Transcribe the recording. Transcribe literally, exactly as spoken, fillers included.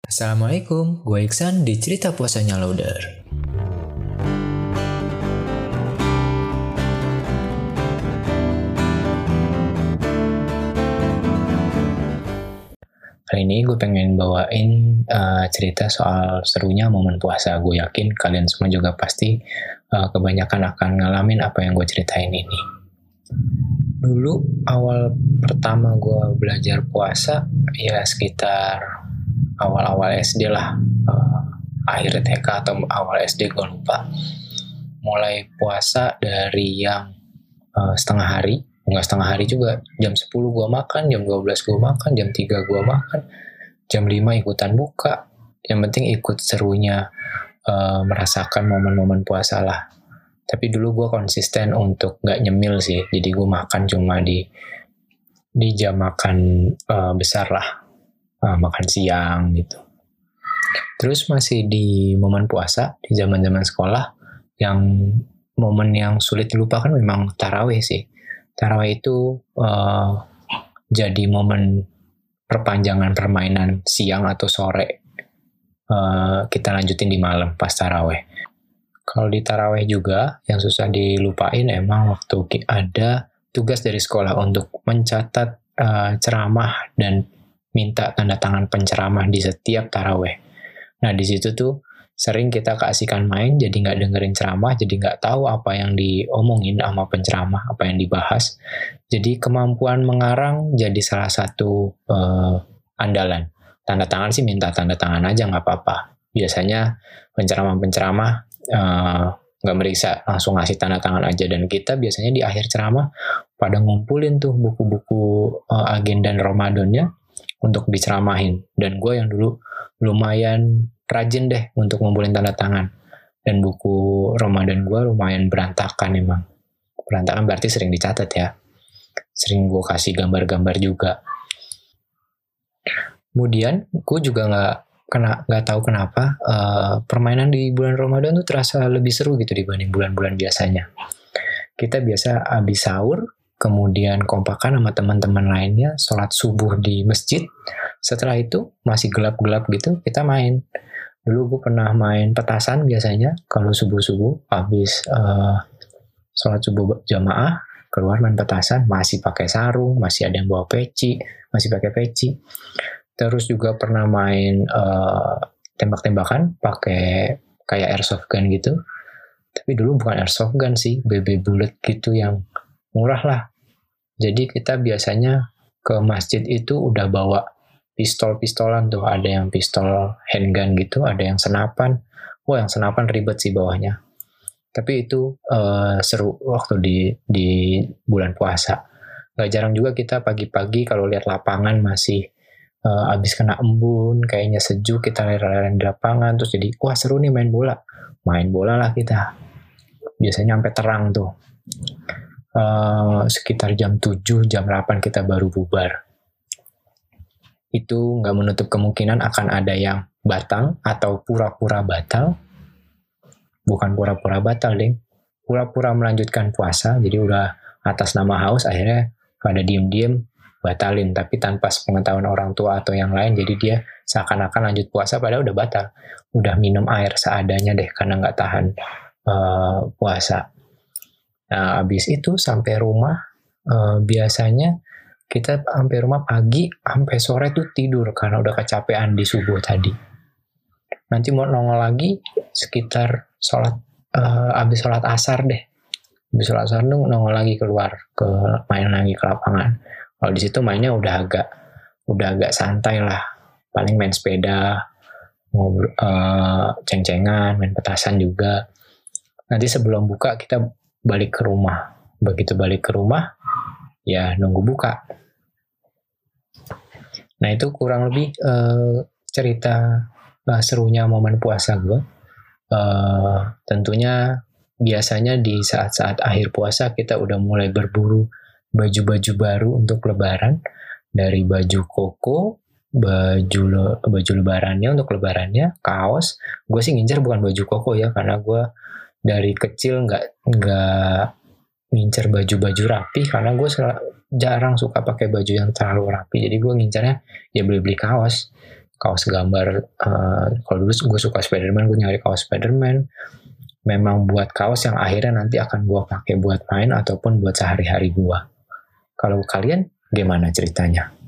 Assalamualaikum, gue Iksan di Cerita Puasanya Lauder. Kali ini gue pengen bawain uh, cerita soal serunya momen puasa. Gue yakin kalian semua juga pasti uh, kebanyakan akan ngalamin apa yang gue ceritain ini. Dulu awal pertama gue belajar puasa ya sekitar awal-awal S D lah, uh, akhir T K atau awal S D gue lupa. Mulai puasa dari yang uh, setengah hari, enggak setengah hari juga, jam sepuluh gue makan, jam dua belas gue makan, jam tiga gue makan, jam lima ikutan buka. Yang penting ikut serunya uh, merasakan momen-momen puasa lah. Tapi dulu gue konsisten untuk gak nyemil sih, jadi gue makan cuma di di jam makan uh, besar lah. Uh, makan siang gitu. Terus masih di momen puasa di zaman-zaman sekolah, yang momen yang sulit dilupakan memang tarawih sih. Tarawih itu uh, jadi momen perpanjangan permainan siang atau sore. Uh, kita lanjutin di malam pas tarawih. Kalau di tarawih juga yang susah dilupain emang waktu ada tugas dari sekolah untuk mencatat uh, ceramah dan minta tanda tangan penceramah di setiap tarawih. Nah di situ tuh sering kita keasikan main, jadi nggak dengerin ceramah, jadi nggak tahu apa yang diomongin sama penceramah, apa yang dibahas. Jadi kemampuan mengarang jadi salah satu uh, andalan. Tanda tangan sih minta tanda tangan aja nggak apa-apa. Biasanya penceramah-penceramah uh, nggak meriksa, langsung ngasih tanda tangan aja. Dan kita biasanya di akhir ceramah pada ngumpulin tuh buku-buku uh, agenda Ramadannya untuk diceramahin. Dan gue yang dulu lumayan rajin deh untuk ngumpulin tanda tangan. Dan buku Ramadan gue lumayan berantakan emang. Berantakan berarti sering dicatat ya. Sering gue kasih gambar-gambar juga. Kemudian gue juga gak, kena, gak tahu kenapa uh, permainan di bulan Ramadan tuh terasa lebih seru gitu dibanding bulan-bulan biasanya. Kita biasa habis sahur, kemudian kompakan sama teman-teman lainnya, sholat subuh di masjid. Setelah itu masih gelap-gelap gitu, kita main. Dulu gue pernah main petasan biasanya, kalau subuh-subuh habis uh, sholat subuh jamaah, keluar main petasan, masih pakai sarung, masih ada yang bawa peci, masih pakai peci. Terus juga pernah main uh, tembak-tembakan, pakai kayak airsoft gun gitu. Tapi dulu bukan airsoft gun sih, B B bullet gitu yang murah lah. Jadi kita biasanya ke masjid itu udah bawa pistol-pistolan tuh. Ada yang pistol handgun gitu, ada yang senapan. Wah, yang senapan ribet sih bawahnya. Tapi itu uh, seru waktu di di bulan puasa. Gak jarang juga kita pagi-pagi kalau lihat lapangan masih uh, abis kena embun, kayaknya sejuk, kita lari-lari di lapangan. Terus jadi, wah seru nih main bola. Main bola lah kita. Biasanya sampai terang tuh. Uh, sekitar jam tujuh, jam delapan kita baru bubar. Itu nggak menutup kemungkinan akan ada yang batal atau pura-pura batal. Bukan pura-pura batal, deh. Pura-pura melanjutkan puasa, jadi udah atas nama haus, akhirnya pada diem-diem batalin, tapi tanpa sepengetahuan orang tua atau yang lain, jadi dia seakan-akan lanjut puasa padahal udah batal. Udah minum air seadanya deh, karena nggak tahan uh, puasa. Nah, habis itu sampai rumah, eh, biasanya kita sampai rumah pagi, sampai sore tuh tidur karena udah kecapean di subuh tadi. Nanti mau nongol lagi sekitar sholat, eh, habis sholat asar deh. Habis sholat asar tuh nongol lagi keluar, ke main lagi ke lapangan. Kalau di situ mainnya udah agak, udah agak santai lah. Paling main sepeda, ngobrol, eh, ceng-cengan, main petasan juga. Nanti sebelum buka kita balik ke rumah. Begitu balik ke rumah, ya nunggu buka. Nah itu kurang lebih uh, cerita uh, serunya momen puasa gue. Uh, tentunya biasanya di saat-saat akhir puasa kita udah mulai berburu baju-baju baru untuk lebaran. Dari baju koko, baju le, baju lebarannya untuk lebarannya, kaos. Gue sih ngincar bukan baju koko ya, karena gue dari kecil nggak nggak ngincer baju-baju rapi, karena gue jarang suka pakai baju yang terlalu rapi. Jadi gue ngincarnya ya beli-beli kaos kaos gambar. Uh, kalau dulu gue suka Spider-Man, gue nyari kaos Spider-Man. Memang buat kaos yang akhirnya nanti akan gue pakai buat main ataupun buat sehari-hari gue. Kalau kalian gimana ceritanya?